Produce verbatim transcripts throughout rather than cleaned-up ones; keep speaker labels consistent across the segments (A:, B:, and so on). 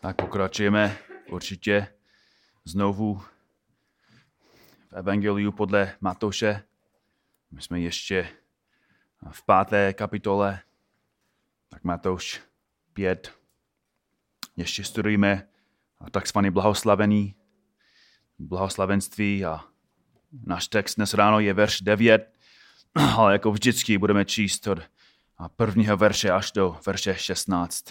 A: Tak pokračujeme určitě znovu v Evangeliu podle Matouše. My jsme ještě v páté kapitole, tak Matouš pět. Ještě studujeme takzvané blahoslavený, blahoslavenství a náš text dnes ráno je verš devět, ale jako vždycky budeme číst od prvního verše až do verše šestnáct.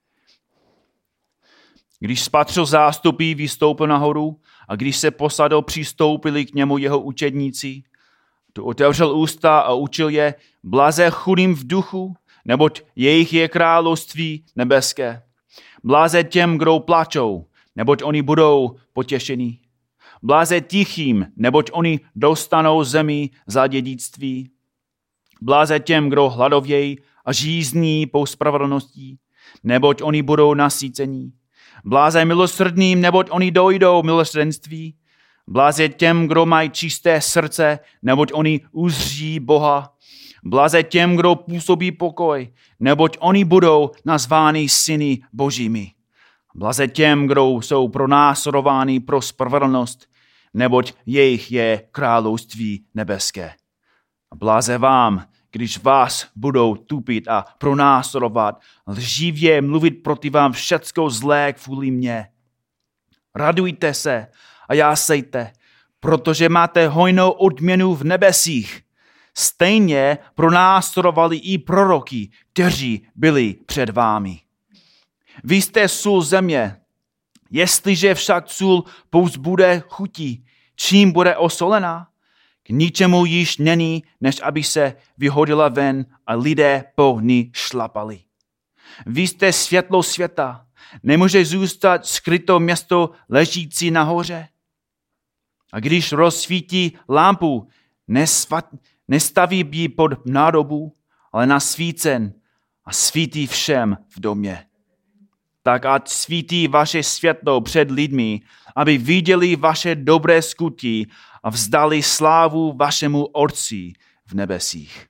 A: Když spatřil zástupy, vystoupil nahoru a když se posadil, přistoupili k němu jeho učedníci. Tu otevřel ústa a učil je, blaze chudým v duchu, neboť jejich je království nebeské. Blaze těm, kdo plačou, neboť oni budou potěšení. Blaze tichým, neboť oni dostanou zemi za dědictví. Blaze těm, kdo hladovějí a žízní po spravedlnosti, neboť oni budou nasycení. Bláze milosrdným, neboť oni dojdou milosrdenství. Bláze těm, kdo mají čisté srdce, neboť oni uzří Boha. Bláze těm, kdo působí pokoj, neboť oni budou nazváni syny božími. Bláze těm, kdo jsou pronásledováni pro spravedlnost, neboť jejich je království nebeské. Bláze vám, když vás budou tupit a pronásledovat, lživě mluvit proti vám všecko zlé kvůli mně. Radujte se a jásejte, protože máte hojnou odměnu v nebesích. Stejně pronásledovali i proroky, kteří byli před vámi. Vy jste sůl země, jestliže však sůl povzbude chutí, čím bude osolená? K ničemu již není, než aby se vyhodila ven a lidé po ní šlapali. Vy jste světlo světa, nemůže zůstat skryto město ležící nahoře. A když rozsvítí lampu, nestaví ji pod nádobu, ale na svícen a svítí všem v domě. Tak ať svítí vaše světlo před lidmi, aby viděli vaše dobré skutky a vzdali slávu vašemu Otci v nebesích.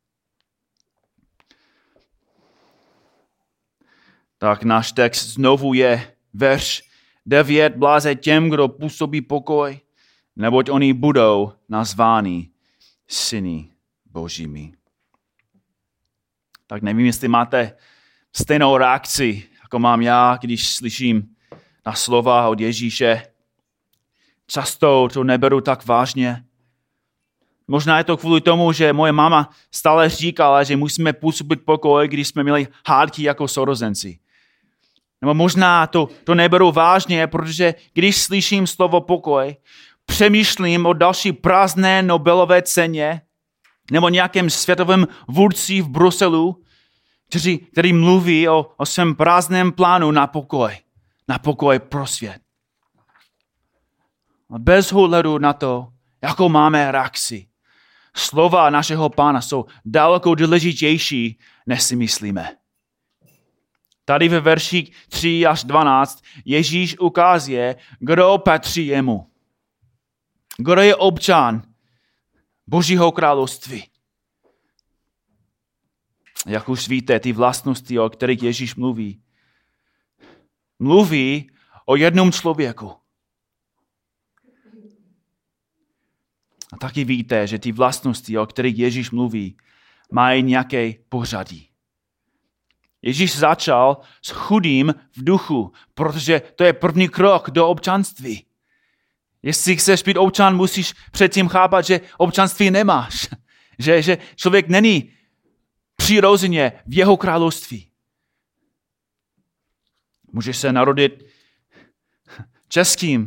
A: Tak náš text znovu je verš devět. Bláze těm, kdo působí pokoj, neboť oni budou nazváni syny božími. Tak nevím, jestli máte stejnou reakci, jako mám já, když slyším na slova od Ježíše. Často to neberu tak vážně. Možná je to kvůli tomu, že moje máma stále říkala, že musíme působit pokoj, když jsme měli hádky jako sourozenci. Nebo možná to, to neberu vážně, protože když slyším slovo pokoj, přemýšlím o další prázdné Nobelové ceně nebo nějakém světovém vůdci v Bruselu, který, který mluví o, o svém prázdném plánu na pokoj. Na pokoj pro svět. A bez ohledu na to, jakou máme reakci, slova našeho Pána jsou daleko důležitější, než si myslíme. Tady ve verších tři až dvanáct Ježíš ukazuje, kdo patří jemu. Kdo je občan Božího království. Jak už víte, ty vlastnosti, o kterých Ježíš mluví, mluví o jednom člověku. A taky víte, že ty vlastnosti, o kterých Ježíš mluví, mají nějaké pořadí. Ježíš začal s chudým v duchu, protože to je první krok do občanství. Jestli chceš být občan, musíš předtím chápat, že občanství nemáš. Že, že člověk není přirozeně v jeho království. Můžeš se narodit českým,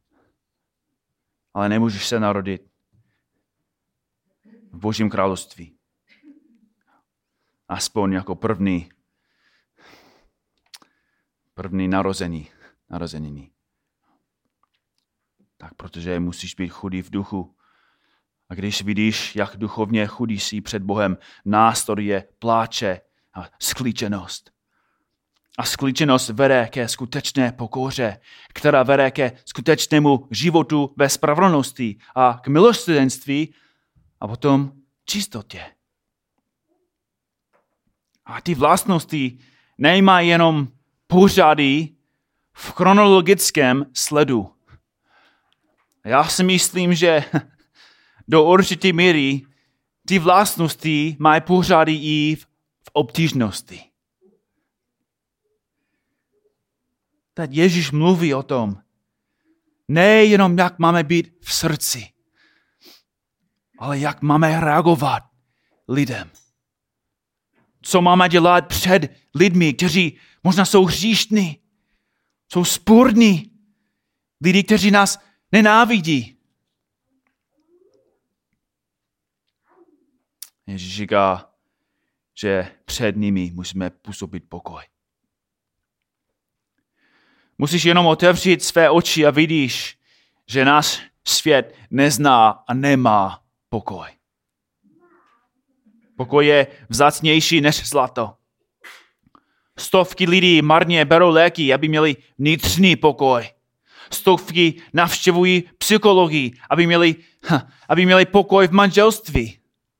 A: ale nemůžeš se narodit v Božím království. Aspoň jako první, první narození, narozeniny. Tak protože musíš být chudý v duchu. A když vidíš, jak duchovně chudý jsi před Bohem, následuje je pláče a sklíčenost. A sklíčenost vede ke skutečné pokoře, která vede ke skutečnému životu ve spravedlnosti a k milosrdenství a potom čistotě. A ty vlastnosti nemají jenom pořady, v chronologickém sledu. Já si myslím, že do určité míry ty vlastnosti mají pořady i v obtížnosti. Teď Ježíš mluví o tom, nejenom jak máme být v srdci, ale jak máme reagovat lidem. Co máme dělat před lidmi, kteří možná jsou hříšní, jsou spurní, lidi, kteří nás nenávidí. Ježíš říká, že před nimi musíme působit pokoj. Musíš jenom otevřít své oči a vidíš, že náš svět nezná a nemá pokoj. Pokoj je vzácnější než zlato. Stovky lidí marně berou léky, aby měli vnitřní pokoj. Stovky navštěvují psychologii, aby měli, aby měli pokoj v manželství.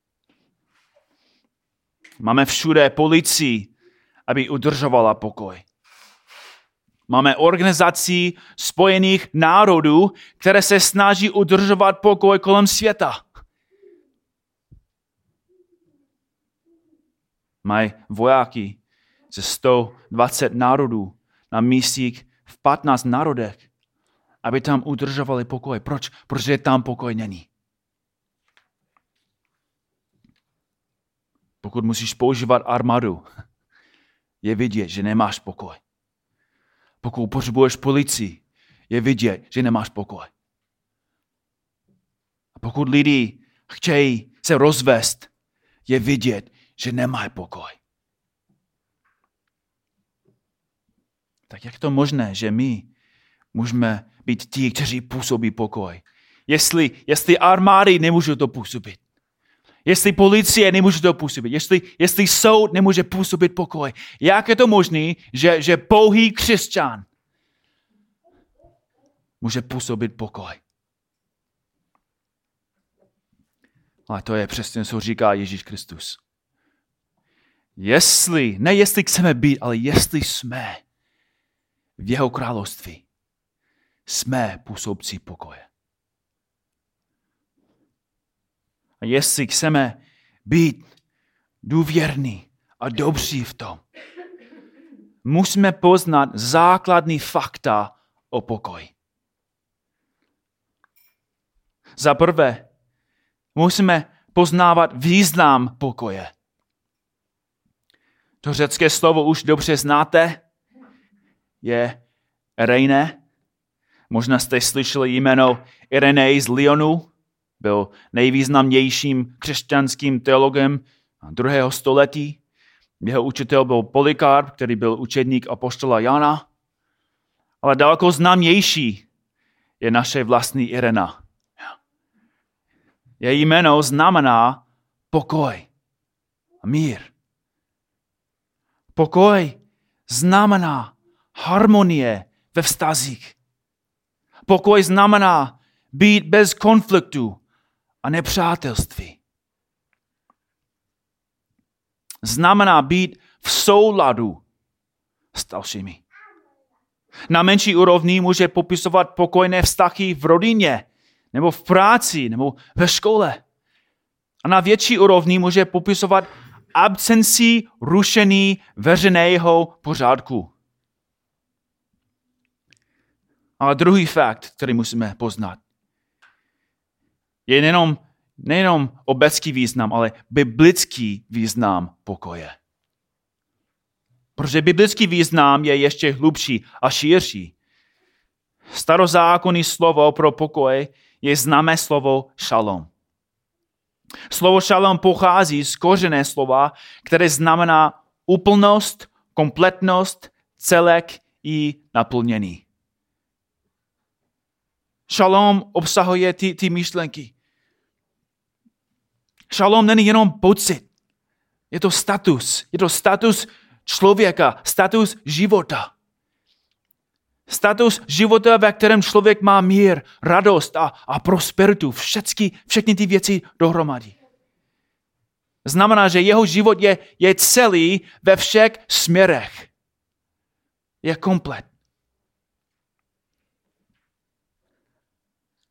A: Máme všude policii, aby udržovala pokoj. Máme organizaci Spojených národů, které se snaží udržovat pokoj kolem světa. Mají vojáky ze sto dvacet národů na misích v patnácti národech, aby tam udržovali pokoj. Proč? Protože tam pokoj není. Pokud musíš používat armádu, je vidět, že nemáš pokoj. Pokud potřebuješ policii, je vidět, že nemáš pokoj. A pokud lidi chtějí se rozvést, je vidět, že nemají pokoj. Tak jak je to možné, že my můžeme být ti, kteří působí pokoj? Jestli, jestli armády nemůžou to působit. Jestli policie nemůže to působit. Jestli, jestli soud nemůže působit pokoj. Jak je to možné, že, že pouhý křesťan může působit pokoj? Ale to je přesně, co říká Ježíš Kristus. Jestli, ne jestli chceme být, ale jestli jsme v jeho království, jsme působci pokoje. A jestli chceme být důvěrní a dobří v tom, musíme poznat základní fakta o pokoji. Za prvé, musíme poznávat význam pokoje. To řecké slovo už dobře znáte, je Ereine. Možná jste slyšeli jméno Irenej z Lyonu. Byl nejvýznamnějším křesťanským teologem druhého století. Jeho učitel byl Polykarp, který byl učedník apoštola Jana. Ale daleko známější je naše vlastní Irena. Její jméno znamená pokoj a mír. Pokoj znamená harmonie ve vztazích. Pokoj znamená být bez konfliktu a nepřátelství. Znamená být v souladu s dalšími. Na menší úrovni může popisovat pokojné vztahy v rodině, nebo v práci, nebo ve škole. A na větší úrovni může popisovat absenci rušení veřejného pořádku. A druhý fakt, který musíme poznat, je nejenom, nejenom obecný význam, ale biblický význam pokoje. Protože biblický význam je ještě hlubší a širší. Starozákonní slovo pro pokoj je známé slovo šalom. Slovo šalom pochází z kořené slova, které znamená úplnost, kompletnost, celek i naplnění. Šalom obsahuje ty, ty myšlenky. Šalom není jenom pocit. Je to status. Je to status člověka, status života. Status života, ve kterém člověk má mír, radost a, a prosperitu. Všechny, všechny ty věci dohromady. Znamená, že jeho život je, je celý ve všech směrech. Je komplet.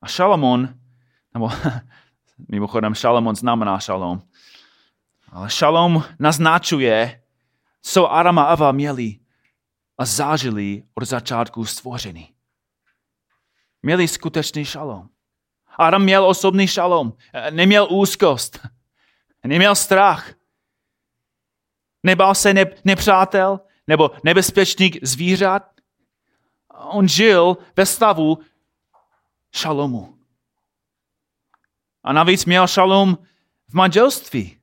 A: A Šalamón, nebo mimochodem Šalamón znamená šalom, ale šalom naznačuje, co Adam a Eva měli a zažili od začátku stvoření. Měli skutečný šalom. Adam měl osobní šalom, neměl úzkost, neměl strach. Nebál se ne- nepřátel nebo nebezpečných zvířat. On žil ve stavu šalomu. A navíc měl šalom v manželství.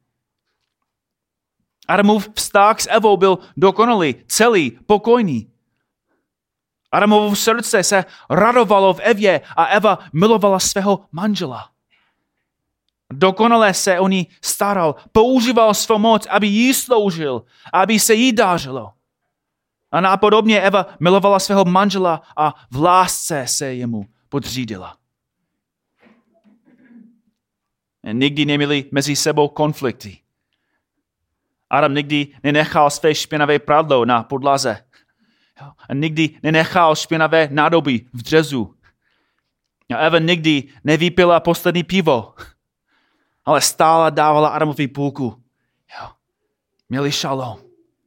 A: Adamův vztah s Evou byl dokonalý, celý, pokojný. Adamovo srdce se radovalo v Evě a Eva milovala svého manžela. Dokonale se o ní staral, používal svou moc, aby jí sloužil, aby se jí dářilo. A napodobně Eva milovala svého manžela a v lásce se jemu podřídila. Nikdy neměli mezi sebou konflikty. Adam nikdy nenechal své špinavé pradlo na podlaze. A nikdy nenechal špinavé nádoby v dřezu. A Eva nikdy nevypila poslední pivo, ale stále dávala Adamovi půlku. Jo. Měli šalom.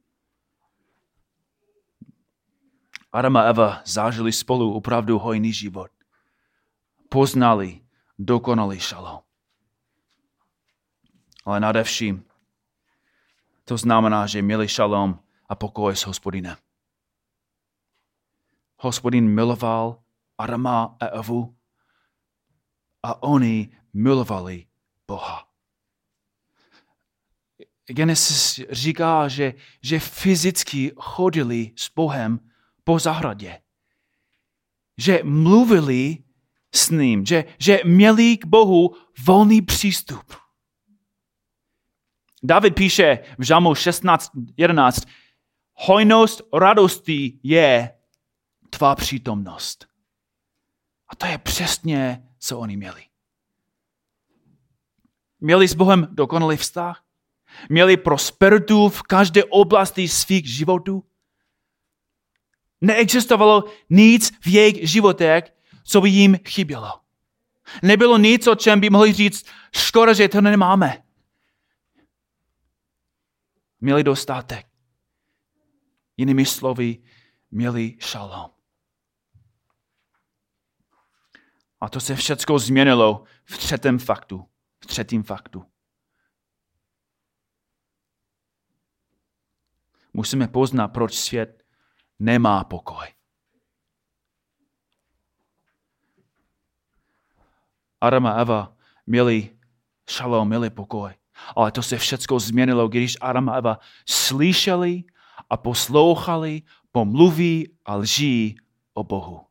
A: Adam a Eva zažili spolu opravdu hojný život. Poznali dokonalý šalom. Ale nadevším to znamená, že měli šalom a pokoj s Hospodinem. Hospodin miloval Adama a Evu a oni milovali Boha. Genesis říká, že, že fyzicky chodili s Bohem po zahradě. Že mluvili s ním, že, že měli k Bohu volný přístup. David píše v Žalmu šestnáct jedenáct, hojnost radosti je tvá přítomnost. A to je přesně, co oni měli. Měli s Bohem dokonalý vztah, měli prosperitu v každé oblasti svých životů. Neexistovalo nic v jejich životech, co by jim chybělo. Nebylo nic, o čem by mohli říct, škoda, že to nemáme. Měli dostatek. Jinými slovy, měli šalom. A to se všecko změnilo v třetím faktu. V třetím faktu. Musíme poznat, proč svět nemá pokoj. Adam a Eva měli šalom, měli pokoj. Ale to se všecko změnilo, když Adam a Eva slyšeli a poslouchali pomluví a lží o Bohu.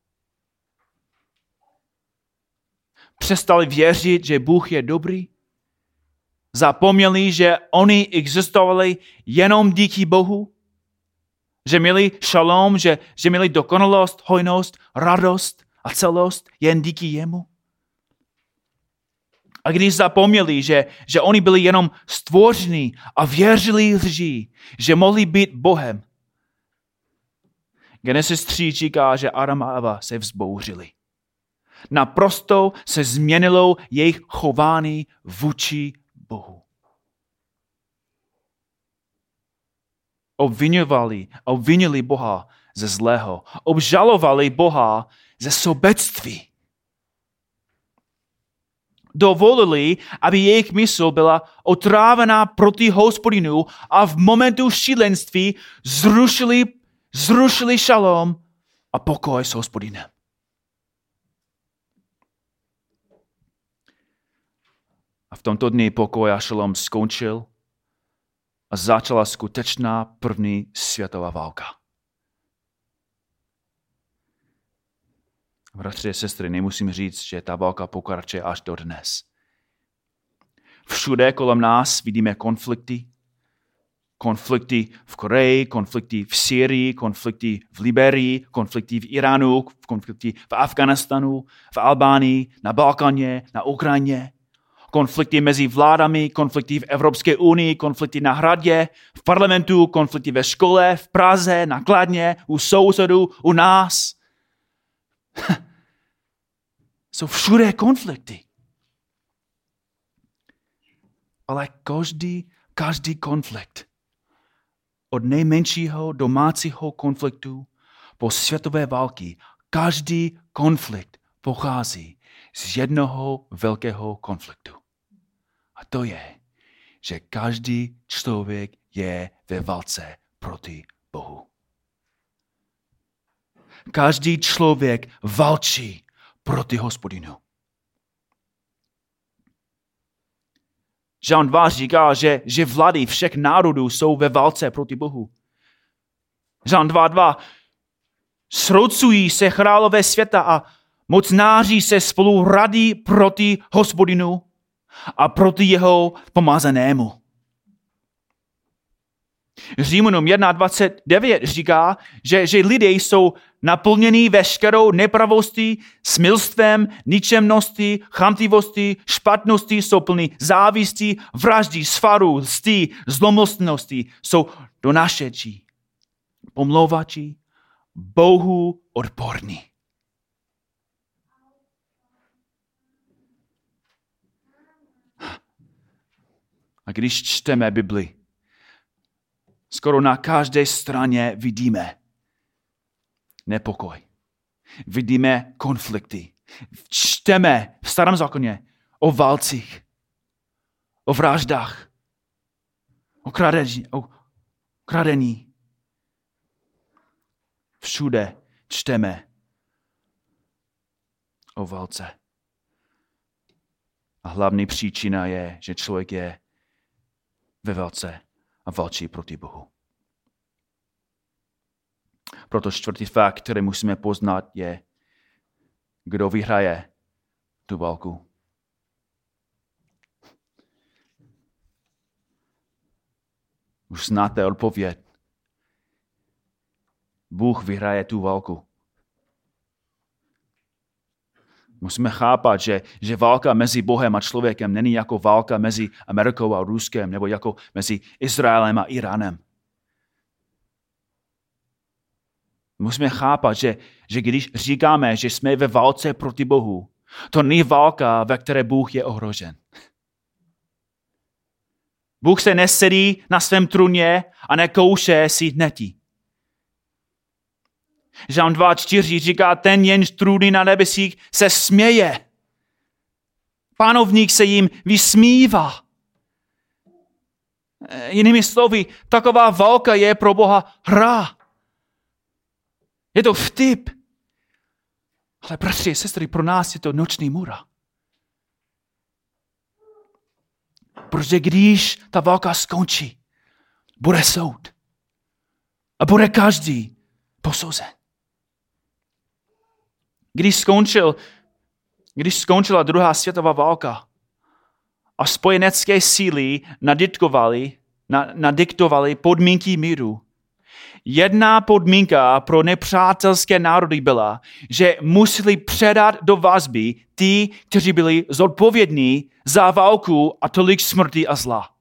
A: Přestali věřit, že Bůh je dobrý. Zapomněli, že oni existovali jenom díky Bohu. Že měli šalom, že, že měli dokonalost, hojnost, radost a celost jen díky jemu. A když zapomněli, že, že oni byli jenom stvoření a věřili lží, že mohli být Bohem. Genesis tři říká, že Adam a Eva se vzbouřili. Naprosto se změnilo jejich chování vůči Bohu. Obviňovali, obvinili Boha ze zlého. Obžalovali Boha ze sobectví. Dovolili, aby jejich mysl byla otrávená proti Hospodinu a v momentu šílenství zrušili, zrušili šalom a pokoj s Hospodinem. A v tomto dni pokoj a šalom skončil a začala skutečná první světová válka. Bratři a sestry, nemusím říct, že ta válka pokračuje až do dnes. Všude kolem nás vidíme konflikty. Konflikty v Koreji, konflikty v Syrii, konflikty v Liberii, konflikty v Iránu, konflikty v Afganistanu, v Albánii, na Balkáně, na Ukrajině. Konflikty mezi vládami, konflikty v Evropské unii, konflikty na hradě, v parlamentu, konflikty ve škole, v Praze, na Kladně, u sousedů, u nás. Jsou všude konflikty. Ale každý, každý konflikt, od nejmenšího domácího konfliktu po světové války, každý konflikt pochází z jednoho velkého konfliktu. A to je, že každý člověk je ve válce proti Bohu. Každý člověk válčí proti Hospodinu. Žalm dva říká, že, že vlády všech národů jsou ve válce proti Bohu. Žalm dva dva. Sroucují se králové světa a mocnáři se spolu radí proti Hospodinu a proti jeho pomazanému. Římanům jedna dvacet devět říká, že, že lidé jsou naplnění veškerou nepravostí, smilstvem, ničemností, chamtivostí, špatností, jsou plní závistí, vraždí, svarů, lstí, zlomostností, jsou donašečí, pomlouvači, Bohu odporní. A když čteme Bibli, skoro na každé straně vidíme nepokoj. Vidíme konflikty. Čteme v Starém zákoně o válcích, o vraždách, o kradení. O kradení. Všude čteme o válce. A hlavní příčina je, že člověk je ve válce a válčí proti Bohu. Proto čtvrtý fakt, který musíme poznat, je, kdo vyhraje tu válku. Už znáte odpověď. Bůh vyhraje tu válku. Musíme chápat, že, že válka mezi Bohem a člověkem není jako válka mezi Amerikou a Ruskem, nebo jako mezi Izraelem a Iránem. Musíme chápat, že, že když říkáme, že jsme ve válce proti Bohu, to není válka, ve které Bůh je ohrožen. Bůh se nesedí na svém trůně a nekouše si netí. Žalm dva čtyři říká, ten jenž trůny na nebesích se směje. Panovník se jim vysmívá. Jinými slovy, taková válka je pro Boha hra. Je to vtip. Ale bratři a sestry, pro nás je to noční můra. Protože když ta válka skončí, bude soud. A bude každý posouzen. Když, skončil, když skončila druhá světová válka a spojenecké síly nadiktovaly, nadiktovaly podmínky míru, jedna podmínka pro nepřátelské národy byla, že museli předat do vazby ty, kteří byli zodpovědní za válku a tolik smrti a zla.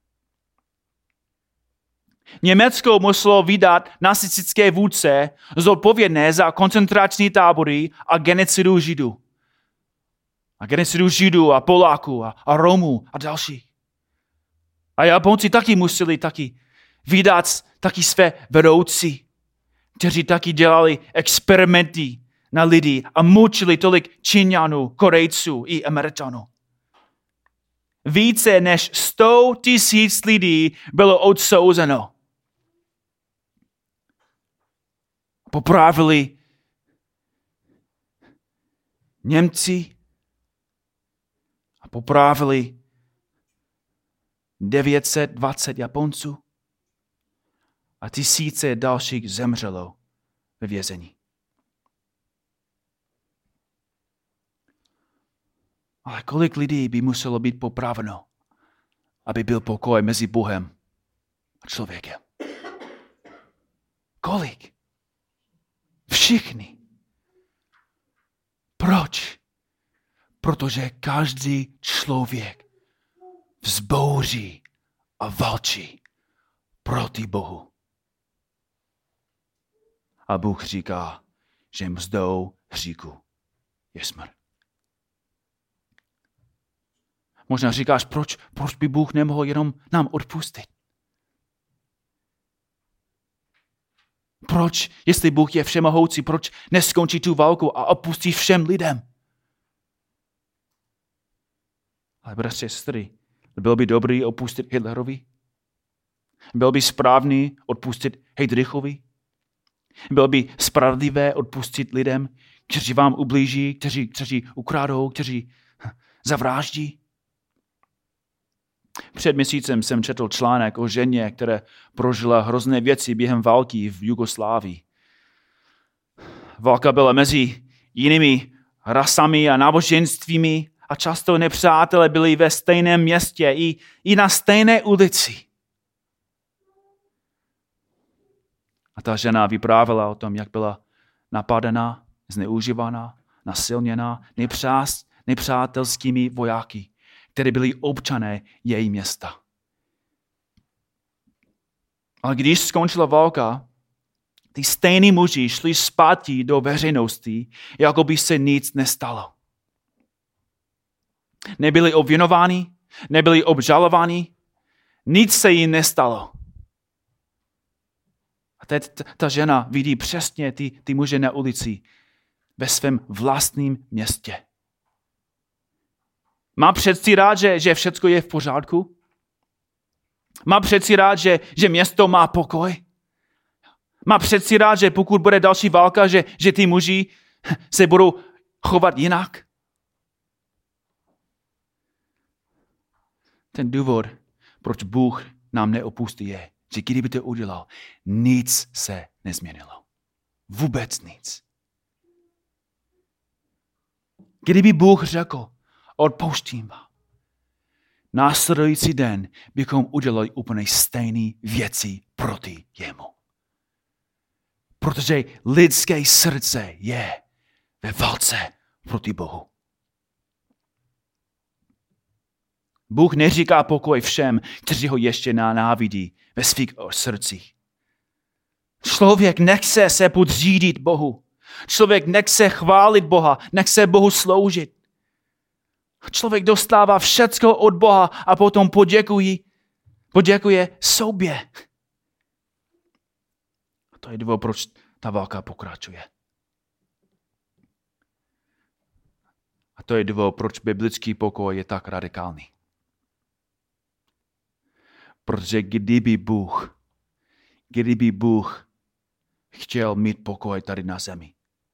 A: Německo muselo vydat nacistické vůdce zodpovědné za koncentrační tábory a genocidu Židů. A genocidu Židů a Poláků a, a Romů a další. A Japonci taky museli taky vydat taky své vedoucí, kteří taky dělali experimenty na lidi a mučili tolik Číňanů, Korejců i Američanů. Více než sto tisíc lidí bylo odsouzeno. Popravili Němci a popravili devět set dvacet Japonců a tisíce dalších zemřelo ve vězení. Ale kolik lidí by muselo být popraveno, aby byl pokoj mezi Bohem a člověkem? Kolik? Všichni. Proč? Protože každý člověk vzbouří a válčí proti Bohu. A Bůh říká, že mzdou hříchu je smrt. Možná říkáš, proč, proč by Bůh nemohl jenom nám odpustit? Proč, jestli Bůh je všemohoucí, proč neskončí tu válku a odpustí všem lidem? Ale bratři a sestry, byl by dobrý odpustit Hitlerovi? Byl by správný odpustit Heydrichovi? Bylo by spravedlivé odpustit lidem, kteří vám ublíží, kteří, kteří ukrádou, kteří zavráždí? Před měsícem jsem četl článek o ženě, která prožila hrozné věci během války v Jugoslávii. Válka byla mezi jinými rasami a náboženstvími a často nepřátelé byli ve stejném městě i, i na stejné ulici. A ta žena vyprávěla o tom, jak byla napadená, zneužívaná, nasilněná nepřátelskými vojáky, které byli občané její města. Ale když skončila válka, ty stejní muži šli zpátky do veřejnosti, jako by se nic nestalo. Nebyli obvinováni, nebyli obžalováni, nic se jim nestalo. A teď ta žena vidí přesně ty, ty muže na ulici ve svém vlastním městě. Má předstírat, že, že všecko je v pořádku? Má předstírat, že, že město má pokoj? Má předstírat, že pokud bude další válka, že, že ty muži se budou chovat jinak? Ten důvod, proč Bůh nám neopustí, je, že kdyby to udělal, nic se nezměnilo. Vůbec nic. Kdyby Bůh řekl, odpouštím vám, následující den bychom udělali úplně stejné věci proti jemu. Protože lidské srdce je ve válce proti Bohu. Bůh neříká pokoj všem, kteří ho ještě nenávidí ve svých srdcích. Člověk nechce se podřídit Bohu. Člověk nechce chválit Boha, nechce Bohu sloužit. Člověk dostává všecko od Boha a potom poděkuje, poděkuje sobě. A to je důvod, proč ta válka pokračuje. A to je důvod, proč biblický pokoj je tak radikální. Protože kdyby Bůh, kdyby Bůh chtěl mít pokoj tady na zemi,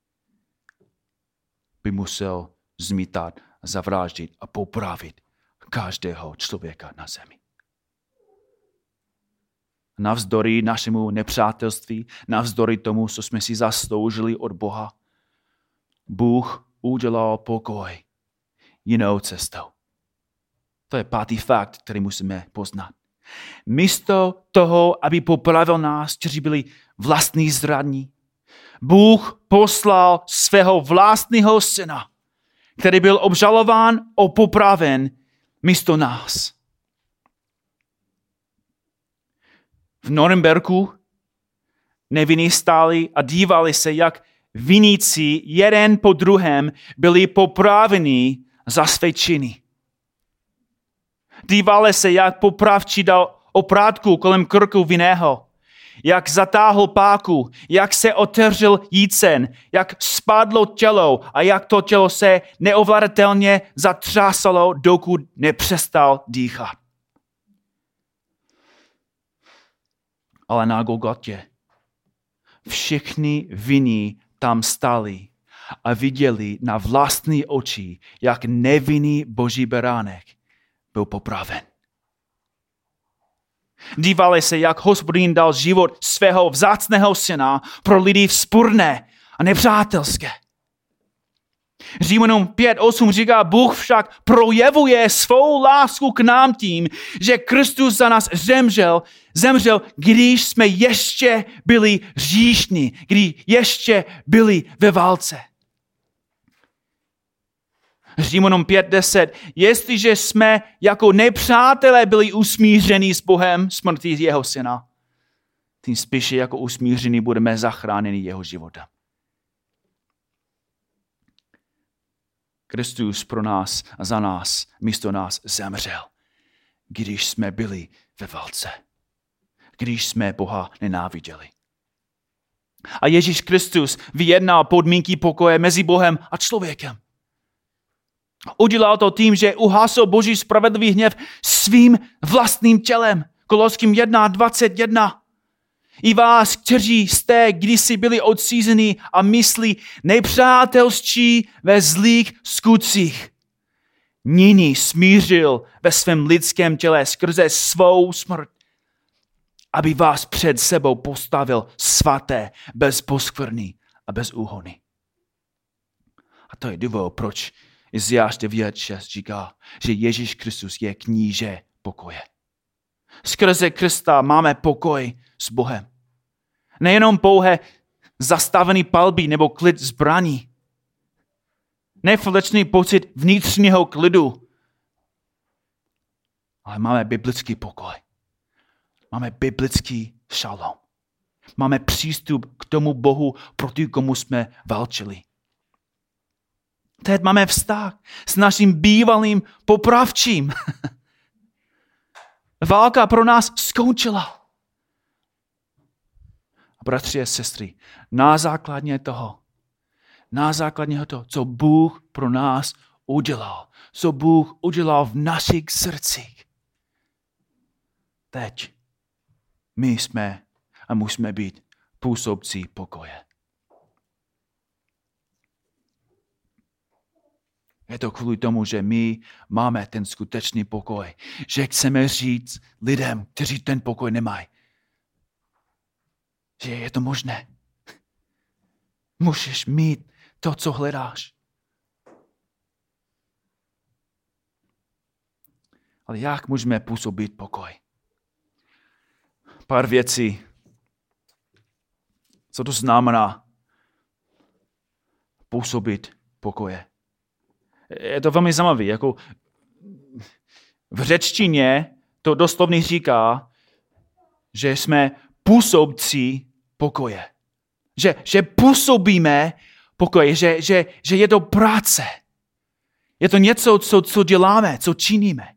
A: by musel zmítat, zavraždit a popravit každého člověka na zemi. Navzdory našemu nepřátelství, navzdory tomu, co jsme si zasloužili od Boha, Bůh udělal pokoj jinou cestou. To je pátý fakt, který musíme poznat. Místo toho, aby popravil nás, kteří byli vlastní zradní, Bůh poslal svého vlastního syna, který byl obžalován a popraven místo nás. V Norimberku nevinní stáli a dívali se, jak viníci jeden po druhém byli popraveni za své činy. Dívali se, jak popravčí dal oprátku kolem krku vinného, jak zatáhl páku, jak se otevřel jícen, jak spadlo tělo a jak to tělo se neovladatelně zatřásalo, dokud nepřestal dýchat. Ale na Golgotě všichni vinní tam stáli a viděli na vlastní oči, jak nevinný boží beránek byl popraven. Dívali se, jak Hospodin dal život svého vzácného syna pro lidi vzpurné a nepřátelské. Římanům pět osm říká, Bůh však projevuje svou lásku k nám tím, že Kristus za nás zemřel, zemřel, když jsme ještě byli hříšní, když ještě byli ve válce. Římanům pět deset. Jestliže jsme jako nepřátelé byli usmířeni s Bohem smrtí jeho syna, tím spíše jako usmíření budeme zachráněni jeho životem. Kristus pro nás a za nás místo nás zemřel, když jsme byli ve válce, když jsme Boha nenáviděli. A Ježíš Kristus vyjednal podmínky pokoje mezi Bohem a člověkem. Udělal to tím, že uhasil Boží spravedlivý hněv svým vlastním tělem. Koloským jedna dvacet jedna. I vás, kteří jste kdysi byli odcízení a myslí nepřátelští ve zlých skutcích, nyní smířil ve svém lidském těle skrze svou smrt, aby vás před sebou postavil svaté, bez poskvrny a bez úhony. A to je důvod, proč Izajáš devět šest říká, že Ježíš Kristus je kníže pokoje. Skrze Krista máme pokoj s Bohem. Nejenom pouhé zastavený palby nebo klid zbraní. Nefalečný pocit vnitřního klidu. Ale máme biblický pokoj. Máme biblický šalom. Máme přístup k tomu Bohu, proti komu jsme válčili. Teď máme vztah s naším bývalým popravčím. Válka pro nás skončila. A bratři a sestry, na základě toho, na základě toho, co Bůh pro nás udělal, co Bůh udělal v našich srdcích, teď my jsme a musíme být působci pokoje. Je to kvůli tomu, že my máme ten skutečný pokoj. Že chceme říct lidem, kteří ten pokoj nemají, že je to možné. Můžeš mít to, co hledáš. Ale jak můžeme působit pokoj? Pár věcí. Co to znamená působit pokoje? Je to velmi zajímavé. Jako v řečtině to doslovně říká, že jsme působci pokoje. Že, že působíme pokoje, že, že, že je to práce. Je to něco, co, co děláme, co činíme.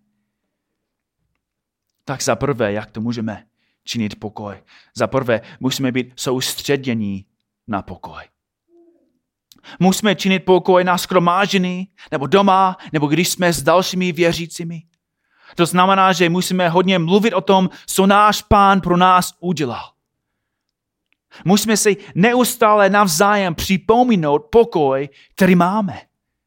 A: Tak za prvé, jak to můžeme činit pokoj? Za prvé, musíme být soustředění na pokoj. Musíme činit pokoj na shromáždění, nebo doma, nebo když jsme s dalšími věřícími. To znamená, že musíme hodně mluvit o tom, co náš Pán pro nás udělal. Musíme si neustále navzájem připomínat pokoj, který máme.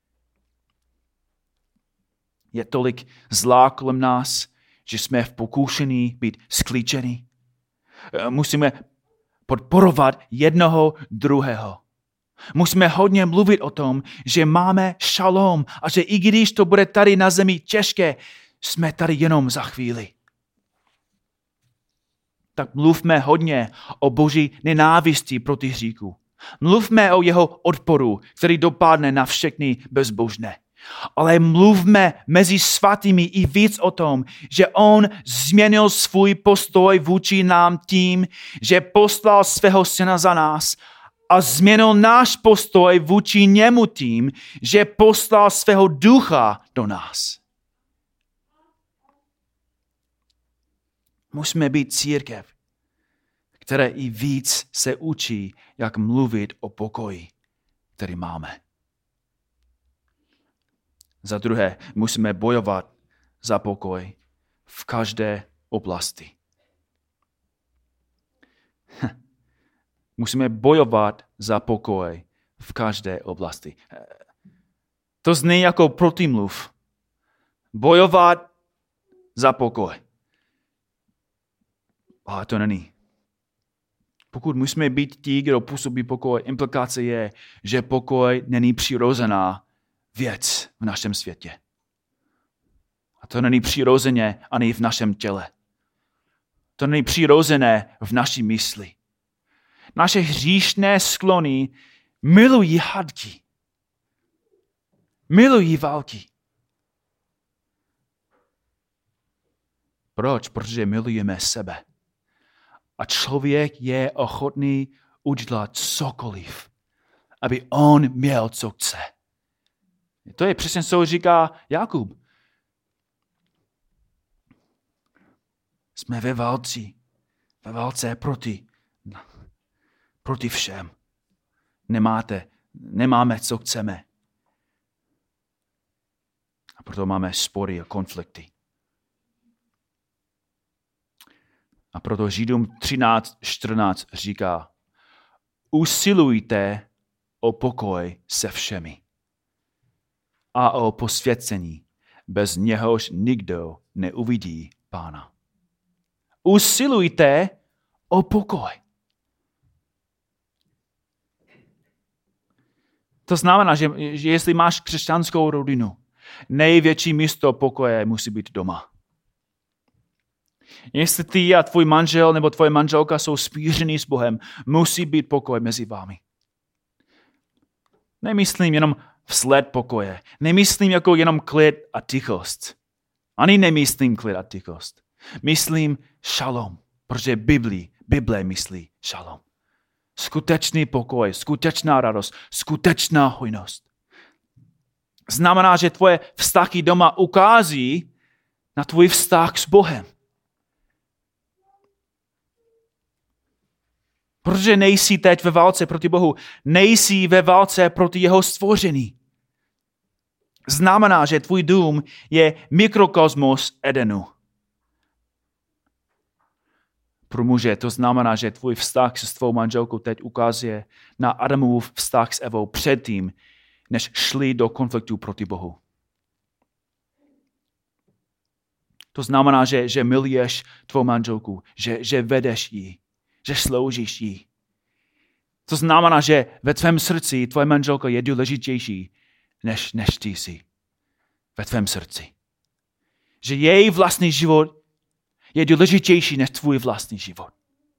A: Je tolik zlá kolem nás, že jsme v pokušení být sklíčení. Musíme podporovat jednoho druhého. Musíme hodně mluvit o tom, že máme šalom a že i když to bude tady na zemi těžké, jsme tady jenom za chvíli. Tak mluvme hodně o Boží nenávisti proti hříchu. Mluvme o jeho odporu, který dopadne na všechny bezbožné. Ale mluvme mezi svatými i víc o tom, že on změnil svůj postoj vůči nám tím, že poslal svého syna za nás a změnil náš postoj vůči němu tím, že poslal svého ducha do nás. Musíme být církev, které i víc se učí, jak mluvit o pokoji, který máme. Za druhé, musíme bojovat za pokoj v každé oblasti. Musíme bojovat za pokoj v každé oblasti. To zní jako protimluv. Bojovat za pokoj. Ale to není. Pokud musíme být tí, kdo působí pokoj, implikace je, že pokoj není přirozená věc v našem světě. A to není přirozeně ani v našem těle. To není přirozené v naší mysli. Naše hříšné sklony milují hádky. Milují války. Proč? Protože milujeme sebe. A člověk je ochotný udělat cokoliv, aby on měl, co chce. To je přesně, co říká Jakub. Jsme ve válce. Ve válce proti, proti všem. Nemáte, nemáme, co chceme. A proto máme spory a konflikty. A proto Židům třináct čtrnáct říká, usilujte o pokoj se všemi a o posvěcení, bez něhož nikdo neuvidí Pána. Usilujte o pokoj. To znamená, že, že jestli máš křesťanskou rodinu, největší místo pokoje musí být doma. Jestli ty a tvůj manžel nebo tvoje manželka jsou smíření s Bohem, musí být pokoj mezi vámi. Nemyslím jenom vzhled pokoje. Nemyslím jako jenom klid a tichost. Ani nemyslím klid a tichost. Myslím šalom, protože Bible, Bible myslí šalom. Skutečný pokoj, skutečná radost, skutečná hojnost. Znamená, že tvoje vztahy doma ukází na tvůj vztah s Bohem. Protože nejsi teď ve válce proti Bohu, nejsi ve válce proti jeho stvoření. Znamená, že tvůj dům je mikrokosmos Edenu. Pro muže to znamená, že tvůj vztah s tvou manželkou teď ukazuje na Adamův vztah s Evou předtím, než šli do konfliktu proti Bohu. To znamená, že, že miluješ tvou manželku, že, že vedeš ji, že sloužíš jí. To znamená, že ve tvém srdci tvoje manželka je důležitější, než, než ty jsi. Ve tvém srdci. Že její vlastní život je důležitější než tvůj vlastní život.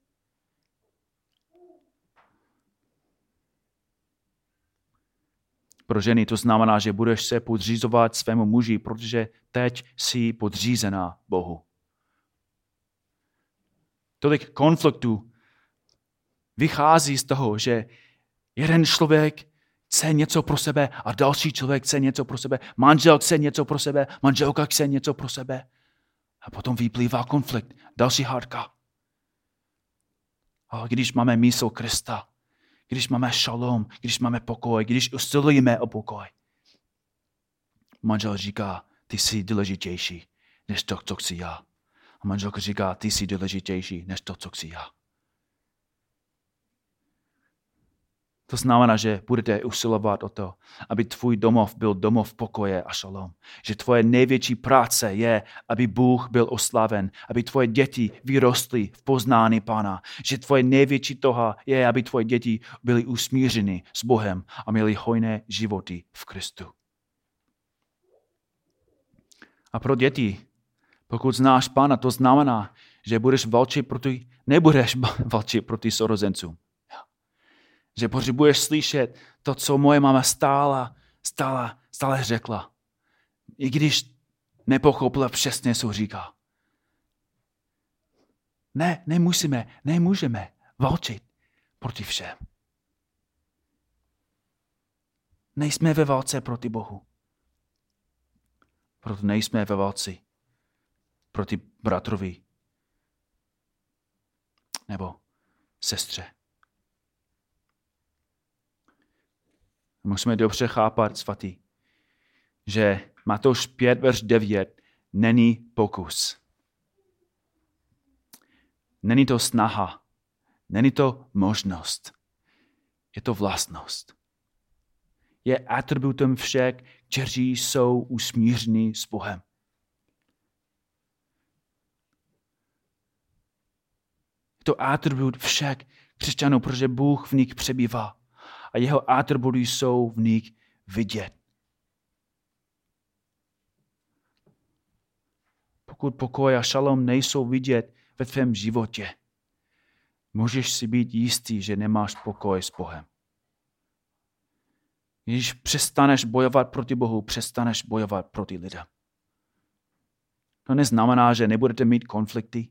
A: Pro ženy to znamená, že budeš se podřízovat svému muži, protože teď jsi podřízená Bohu. Tolik konfliktů vychází z toho, že jeden člověk chce něco pro sebe a další člověk chce něco pro sebe, manžel chce něco pro sebe, manželka chce něco pro sebe. A potom vyplývá konflikt, další hádka. Ale když máme mysl Krista, když máme šalom, když máme pokoj, když usilujeme o pokoj, manžel říká, ty jsi důležitější než to, co chci já. A manželka říká, ty jsi důležitější než to, co chci já. To znamená, že budete usilovat o to, aby tvůj domov byl domov pokoje a šalom. Že tvoje největší práce je, aby Bůh byl oslaven, aby tvoje děti vyrostly v poznání Pána. Že tvoje největší toha je, aby tvoje děti byly usmířeny s Bohem a měly hojné životy v Kristu. A pro děti, pokud znáš Pána, to znamená, že budeš válčit proti, nebudeš válčit proti sourozencům. Že potřebuješ slyšet to, co moje máma stále, stále, stále řekla. I když nepochopila přesně, co říká. Ne, nemusíme, nemůžeme válčit proti všem. Nejsme ve válce proti Bohu. Proto nejsme ve válce proti bratrovi nebo sestře. Musíme dobře chápat, svatý, že Matouš pět, verš devět není pokus. Není to snaha. Není to možnost. Je to vlastnost. Je atributem všech, kteří jsou usmíření s Bohem. Je to atribut všech křesťanů, protože Bůh v nich přebývá. A jeho atributy jsou v nich vidět. Pokud pokoj a šalom nejsou vidět ve tvém životě, můžeš si být jistý, že nemáš pokoj s Bohem. Když přestaneš bojovat proti Bohu, přestaneš bojovat proti lidem. To neznamená, že nebudete mít konflikty.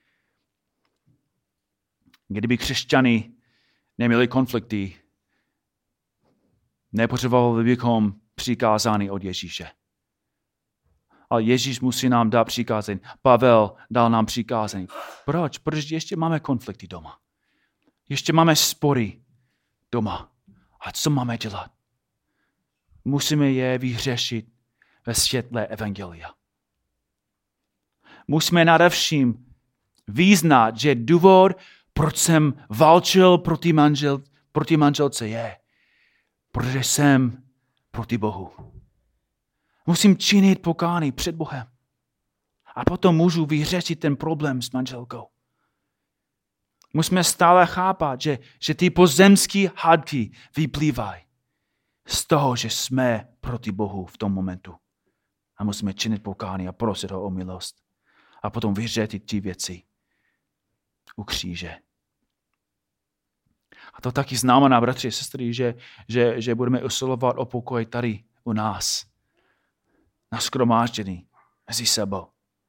A: Kdyby křesťany neměli konflikty, nepotřebovali bychom přikázání od Ježíše. Ale Ježíš musí nám dát přikázání. Pavel dal nám přikázání. Proč? Protože ještě máme konflikty doma. Ještě máme spory doma. A co máme dělat? Musíme je vyřešit ve světle evangelia. Musíme nadevším vyznat, že důvod, proč jsem válčil proti, manžel, proti manželce je, protože jsem proti Bohu. Musím činit pokání před Bohem. A potom můžu vyřešit ten problém s manželkou. Musíme stále chápat, že, že ty pozemské hádky vyplývají z toho, že jsme proti Bohu v tom momentu. A musíme činit pokání a prosit ho o milost. A potom vyřešit ty věci u kříže. A to taky znamená, bratři a sestry, že, že, že budeme usilovat o pokoj tady u nás. Na shromáždění mezi sebou.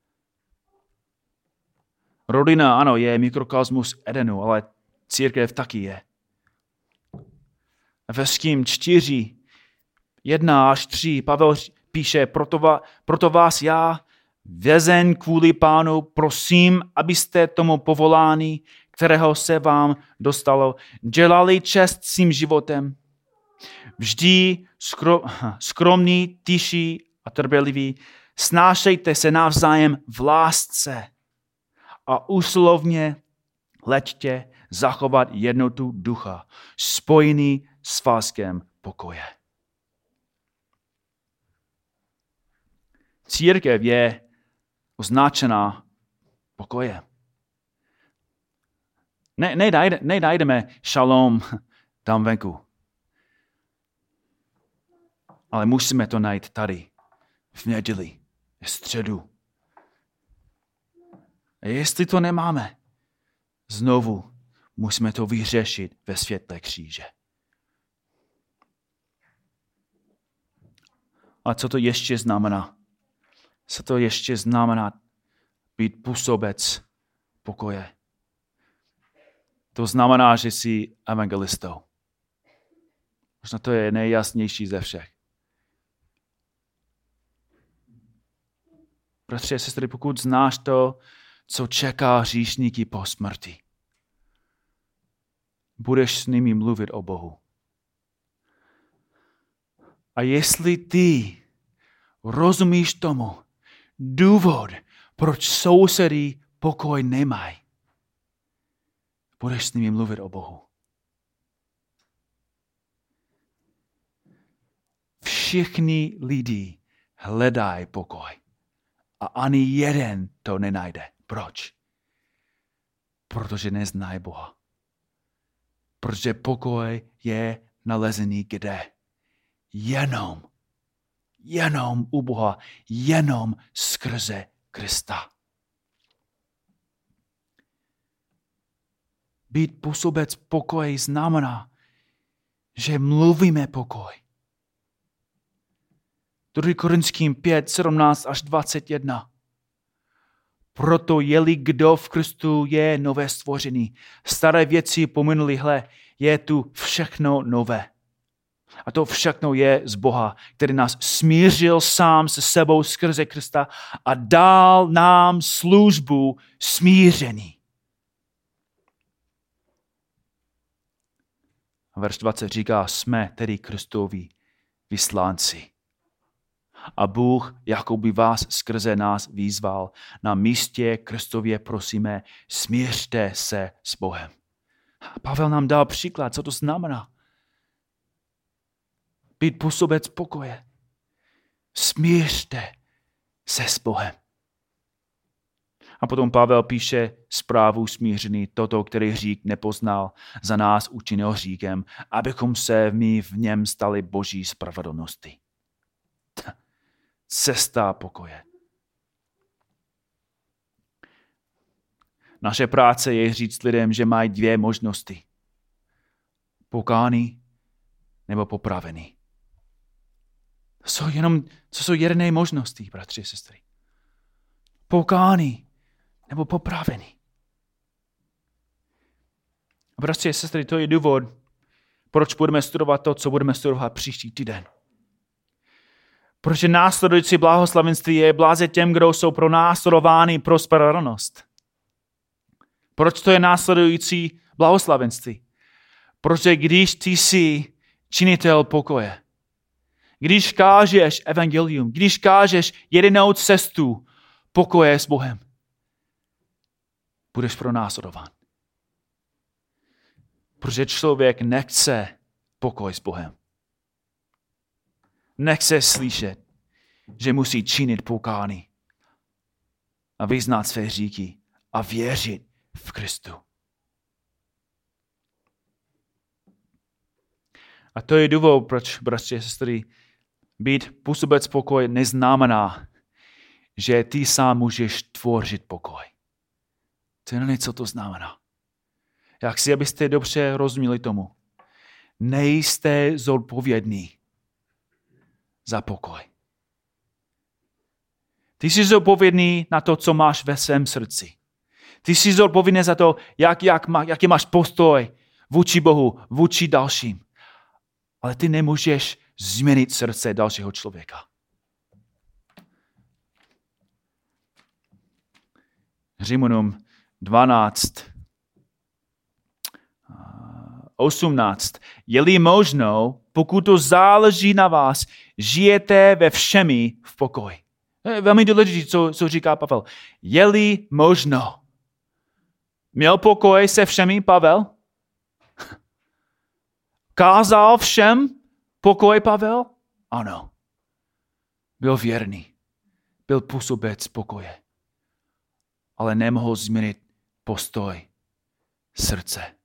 A: Rodina, ano, je mikrokosmus Edenu, ale církev taky je. Efeským čtyři, jedna až tři, Pavel píše, proto, va, proto vás já, vězen kvůli Pánu, prosím, abyste tomu povolání, kterého se vám dostalo, dělali čest svým životem. Vždy skro, skromný, tiší a trpělivý, snášejte se navzájem v lásce a úsilovně leďte zachovat jednotu ducha, spojený s vázkem pokoje. Církev je označená pokojem. Ne, nejde, nenajdeme šalom tam venku. Ale musíme to najít tady, v neděli, v středu. A jestli to nemáme, znovu musíme to vyřešit ve světle kříže. A co to ještě znamená? Co to ještě znamená být působec pokoje? To znamená, že jsi evangelistou. Možná to je nejjasnější ze všech. Bratři a sestry, pokud znáš to, co čeká hříšníky po smrti, budeš s nimi mluvit o Bohu. A jestli ty rozumíš tomu, důvod, proč sousedy pokoj nemají, budeš s nimi mluvit o Bohu. Všichni lidi hledají pokoj. A ani jeden to nenajde. Proč? Protože neznají Boha. Protože pokoj je nalezený kde? Jenom. Jenom u Boha. Jenom skrze Krista. Být působec pokoje znamená, že mluvíme pokoj. druhý Korinským pět, sedmnáct až dvacet jedna. Proto je-li kdo v Kristu je nové stvoření. Staré věci pominuly, hle, je tu všechno nové. A to všechno je z Boha, který nás smířil sám se sebou skrze Krista a dal nám službu smíření. Verš dvacet říká, jsme tedy Kristovi vyslánci. A Bůh jakoby vás skrze nás výzval. Na místě Kristově prosíme, smířte se s Bohem. Pavel nám dal příklad, co to znamená. Být působec pokoje. Smířte se s Bohem. A potom Pavel píše zprávu smířený, toto, který hřích nepoznal, za nás učinil hříchem, abychom se my v něm stali Boží spravedlnosti. Cesta pokoje. Naše práce je říct lidem, že mají dvě možnosti. Pokání nebo popravený. To jsou jenom, co jsou jedné možnosti, bratři a sestry. Pokání nebo popravený. Bratři a sestry, to je důvod, proč budeme studovat to, co budeme studovat příští týden. Protože následující blahoslavenství je bláze těm, kdo jsou pro následovány pro spravedlnost. Proč to je následující blahoslavenství? Protože když ty jsi činitel pokoje, když kážeš evangelium, když kážeš jedinou cestu pokoje s Bohem, budeš pronásledován. Protože člověk nechce pokoj s Bohem. Nechce slyšet, že musí činit pokání a vyznat své hříchy a věřit v Kristu. A to je důvod, proč, bratři a sestry, být působec pokoje neznamená, že ty sám můžeš tvořit pokoj. To není, co to znamená. Já chci, abyste dobře rozuměli tomu. Nejste zodpovědní za pokoj. Ty jsi zodpovědný na to, co máš ve svém srdci. Ty jsi zodpovědný za to, jak, jak má, jaký máš postoj vůči Bohu, vůči dalším. Ale ty nemůžeš změnit srdce dalšího člověka. Římanům dvanáct, osmnáct. Je-li možno, pokud to záleží na vás, žijete ve všemi v pokoji. Je velmi důležité, co, co říká Pavel. Je-li možno. Měl pokoj se všemi Pavel? Kázal všem pokoj Pavel? Ano. Byl věrný. Byl působec pokoje. Ale nemohl změnit postoj srdce.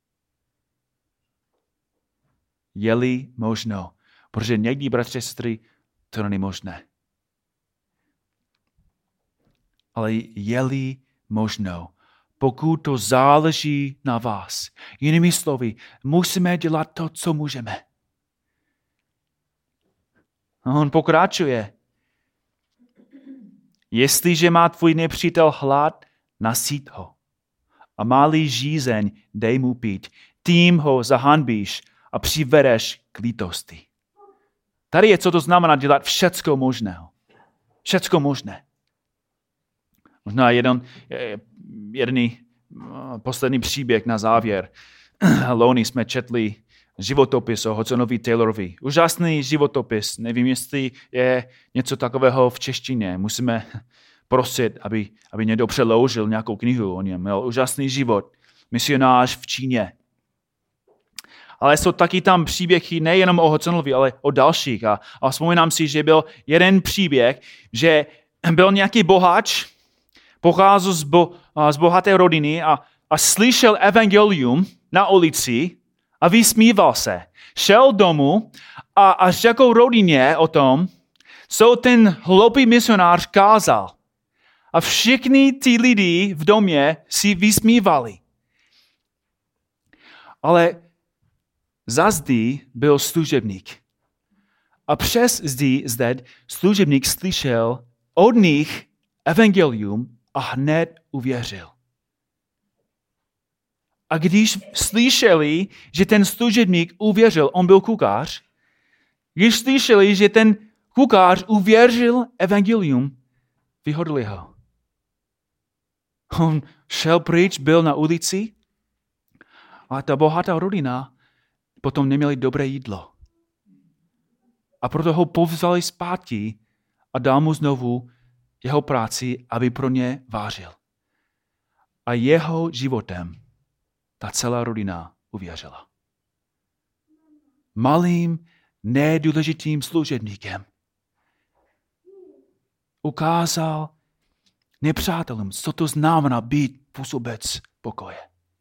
A: Je-li možno. Protože někdy, bratři a sestry, to není možné. Ale je-li možno, pokud to záleží na vás. Jinými slovy, musíme dělat to, co můžeme. A on pokračuje. Jestliže má tvůj nepřítel hlad, nasyť ho. A má-li žízeň, dej mu pít. Tím ho zahanbíš a přivedeš k lítosti. Tady je, co to znamená dělat všecko možného. Všecko možné. Možná jeden, jeden poslední příběh na závěr. Loni jsme četli životopis o Hudsonovi Taylorovi. Úžasný životopis. Nevím, jestli je něco takového v češtině. Musíme prosit, aby, aby někdo přeložil nějakou knihu o něm. Měl úžasný život. Misionář v Číně. Ale jsou taky tam příběhy nejenom o Hudsonovi, ale o dalších. A, a vzpomínám si, že byl jeden příběh, že byl nějaký boháč, pocházel z, bo, z bohaté rodiny a, a slyšel evangelium na ulici a vysmíval se. Šel domů a, a řekl rodině o tom, co ten hloupý misionář kázal. A všichni ty lidi v domě si vysmívali. Ale za zdi byl služebník. A přes zdi zde služebník slyšel od nich evangelium a hned uvěřil. A když slyšeli, že ten služebník uvěřil, on byl kuchař, když slyšeli, že ten kuchař uvěřil evangelium, vyhodili ho. On šel pryč, byl na ulici a ta bohatá rodina potom neměli dobré jídlo. A proto ho povzali zpátky a dal mu znovu jeho práci, aby pro ně vářil. A jeho životem ta celá rodina uvěřila. Malým, nedůležitým služebníkem ukázal nepřátelům, co to znamená být působec pokoje.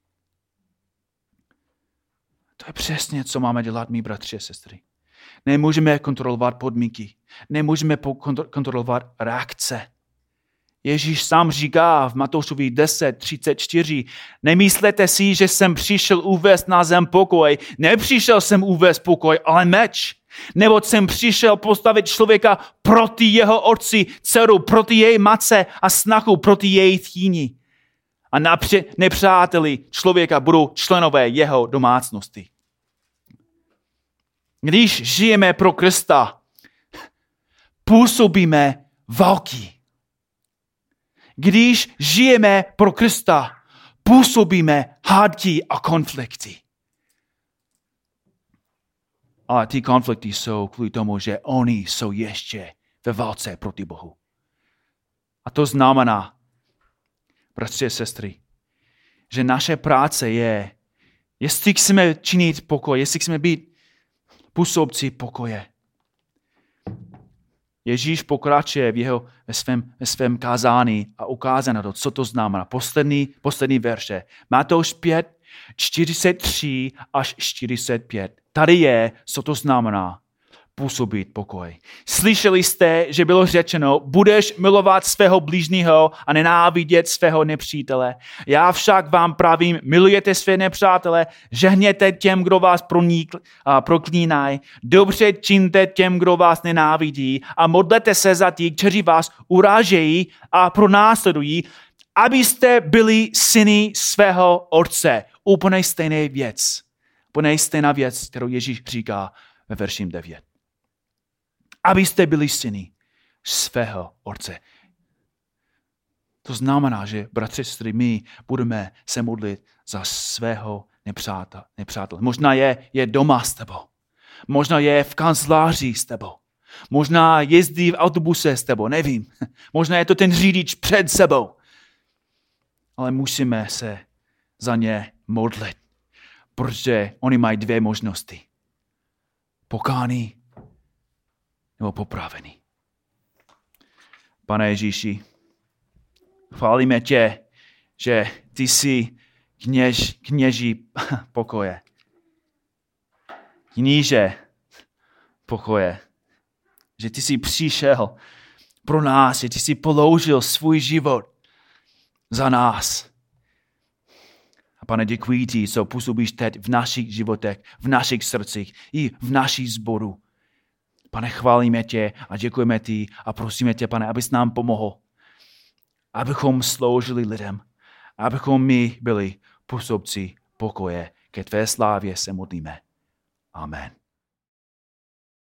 A: To je přesně, co máme dělat, mý bratři a sestry. Nemůžeme kontrolovat podmínky. Nemůžeme kontrolovat reakce. Ježíš sám říká v Matoušovi deset třicet čtyři, nemyslete si, že jsem přišel uvést na zem pokoj. Nepřišel jsem uvést pokoj, ale meč. Nebo jsem přišel postavit člověka proti jeho otci, dceru, proti její matce a snachu proti její tchýni. A napře- nepřáteli člověka budou členové jeho domácnosti. Když žijeme pro Krista, působíme války. Když žijeme pro Krista, působíme hádky a konflikty. Ale ty konflikty jsou kvůli tomu, že oni jsou ještě ve válce proti Bohu. A to znamená, bratři a sestry, že naše práce je, jestli chceme činit pokoj, jestli chceme být působci pokoje. Ježíš pokračuje v jeho, ve, svém, ve svém kázání a ukázá na to, co to znamená. Poslední, poslední verše. Matouš pět, čtyřicet tři až čtyřicet pět. Tady je, co to znamená působit pokoj. Slyšeli jste, že bylo řečeno, budeš milovat svého blížního a nenávidět svého nepřítele. Já však vám pravím, milujete své nepřátele, žehněte těm, kdo vás pronikl, a proklínají, dobře čiňte těm, kdo vás nenávidí a modlete se za ty, kteří vás urážejí a pronásledují, abyste byli syny svého Otce. Úplně stejná věc. Úplně stejná věc, kterou Ježíš říká ve verši devět. Abyste byli syny svého Otce. To znamená, že bratři, sestry, my budeme se modlit za svého nepřátele. nepřátele. Možná je, je doma s tebou. Možná je v kanceláři s tebou. Možná jezdí v autobuse s tebou, nevím. Možná je to ten řidič před sebou. Ale musíme se za ně modlit, protože oni mají dvě možnosti. Pokání nebo popravený. Pane Ježíši, chválíme tě, že ty jsi kněž, kněží pokoje. Kníže pokoje. Že ty jsi přišel pro nás, že ty jsi položil svůj život za nás. A Pane, děkuji ti, co působíš teď v našich životech, v našich srdcích i v naší sboru. Pane, chválíme tě a děkujeme ti a prosíme tě, Pane, abys nám pomohl, abychom sloužili lidem, abychom my byli působci pokoje. Ke tvé slávě se modlíme. Amen.